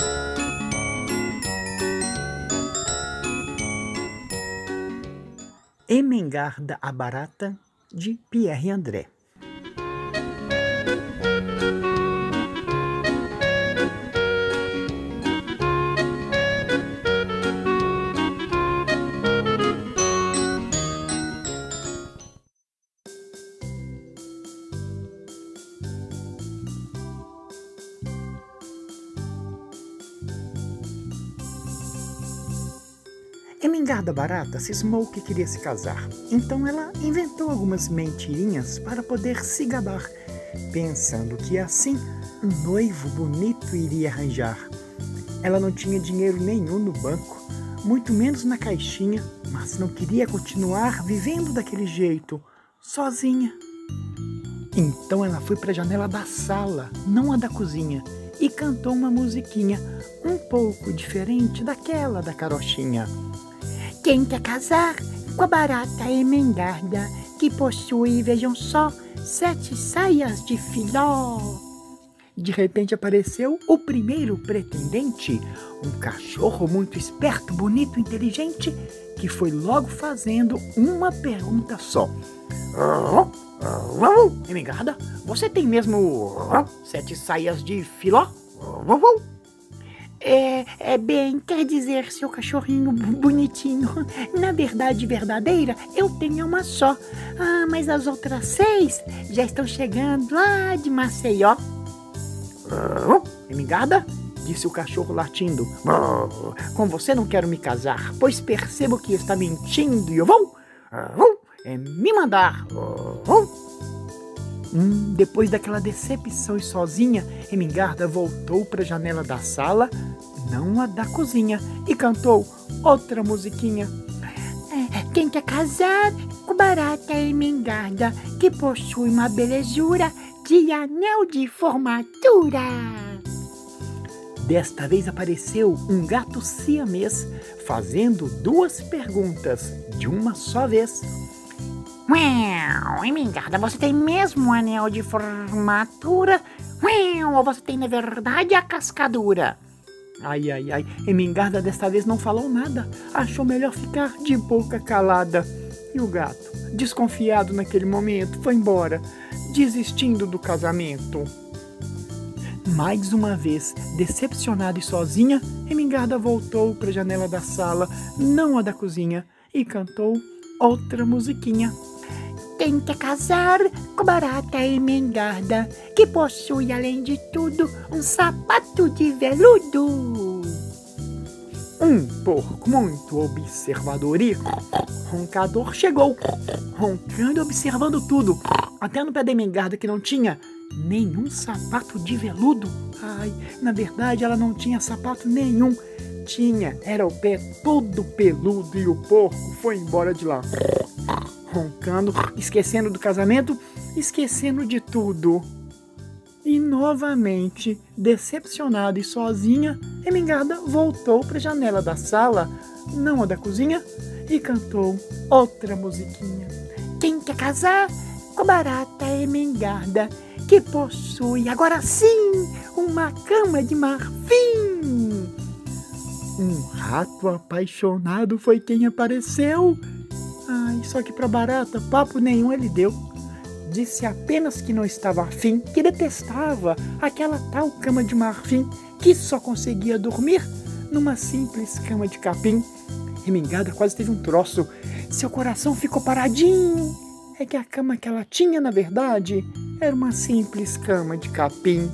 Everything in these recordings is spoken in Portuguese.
Emengarda a Barata, de Pierre André. Emengarda Barata cismou que queria se casar, então ela inventou algumas mentirinhas para poder se gabar, pensando que assim um noivo bonito iria arranjar. Ela não tinha dinheiro nenhum no banco, muito menos na caixinha, mas não queria continuar vivendo daquele jeito, sozinha. Então ela foi para a janela da sala, não a da cozinha, e cantou uma musiquinha um pouco diferente daquela da carochinha. Quem quer casar com a barata Emengarda, que possui, vejam só, 7 saias de filó? De repente apareceu o primeiro pretendente, um cachorro muito esperto, bonito, inteligente, que foi logo fazendo uma pergunta só. Emengarda, você tem mesmo 7 saias de filó? Bem, quer dizer, seu cachorrinho bonitinho, na verdade verdadeira, eu tenho uma só. Mas as outras 6 já estão chegando lá de Maceió. Emengarda, disse o cachorro latindo, com você não quero me casar, pois percebo que está mentindo e eu vou me mandar. Depois daquela decepção e sozinha, Emengarda voltou para a janela da sala, não a da cozinha, e cantou outra musiquinha. Quem quer casar com barata Emengarda, que possui uma belezura de anel de formatura? Desta vez apareceu um gato siamês, fazendo 2 perguntas de uma só vez. Emengarda, você tem mesmo um anel de formatura? Ou você tem, na verdade, a cascadura? Ai, Emengarda desta vez não falou nada. Achou melhor ficar de boca calada. E o gato, desconfiado naquele momento, foi embora, desistindo do casamento. Mais uma vez, decepcionada e sozinha, Emengarda voltou para a janela da sala, não a da cozinha, e cantou outra musiquinha. Quem quer casar com barata Emengarda, que possui, além de tudo, um sapato de veludo? Um porco muito observador e roncador chegou, roncando e observando tudo, até no pé da Emengarda, que não tinha nenhum sapato de veludo. Na verdade ela não tinha sapato nenhum, era o pé todo peludo, e o porco foi embora de lá, roncando, esquecendo do casamento, esquecendo de tudo. E novamente, decepcionada e sozinha, Emengarda voltou para a janela da sala, não a da cozinha, e cantou outra musiquinha. Quem quer casar com a barata Emengarda, que possui, agora sim, uma cama de marfim? Um rato apaixonado foi quem apareceu. Só que para barata, papo nenhum ele deu. Disse apenas que não estava afim, que detestava aquela tal cama de marfim, que só conseguia dormir numa simples cama de capim. Emengarda quase teve um troço. Seu coração ficou paradinho. É que a cama que ela tinha, na verdade, era uma simples cama de capim.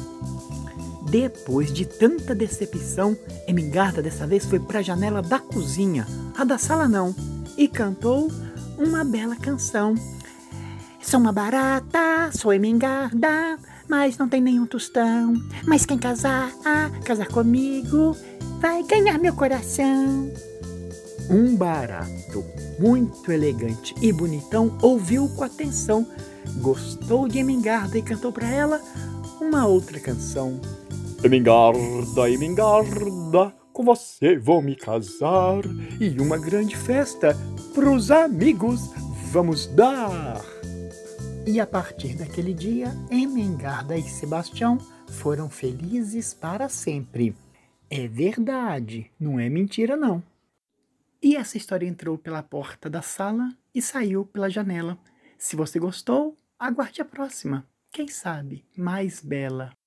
Depois de tanta decepção, Emengarda dessa vez foi para a janela da cozinha, a da sala não, e cantou uma bela canção. Sou uma barata, sou Emengarda, mas não tem nenhum tostão. Mas quem casar comigo, vai ganhar meu coração. Um barato muito elegante e bonitão ouviu com atenção, gostou de Emengarda e cantou para ela uma outra canção. Emengarda, Emengarda, com você vou me casar, e uma grande festa pros amigos vamos dar. E a partir daquele dia, Emengarda e Sebastião foram felizes para sempre. É verdade, não é mentira não. E essa história entrou pela porta da sala e saiu pela janela. Se você gostou, aguarde a próxima. Quem sabe mais bela.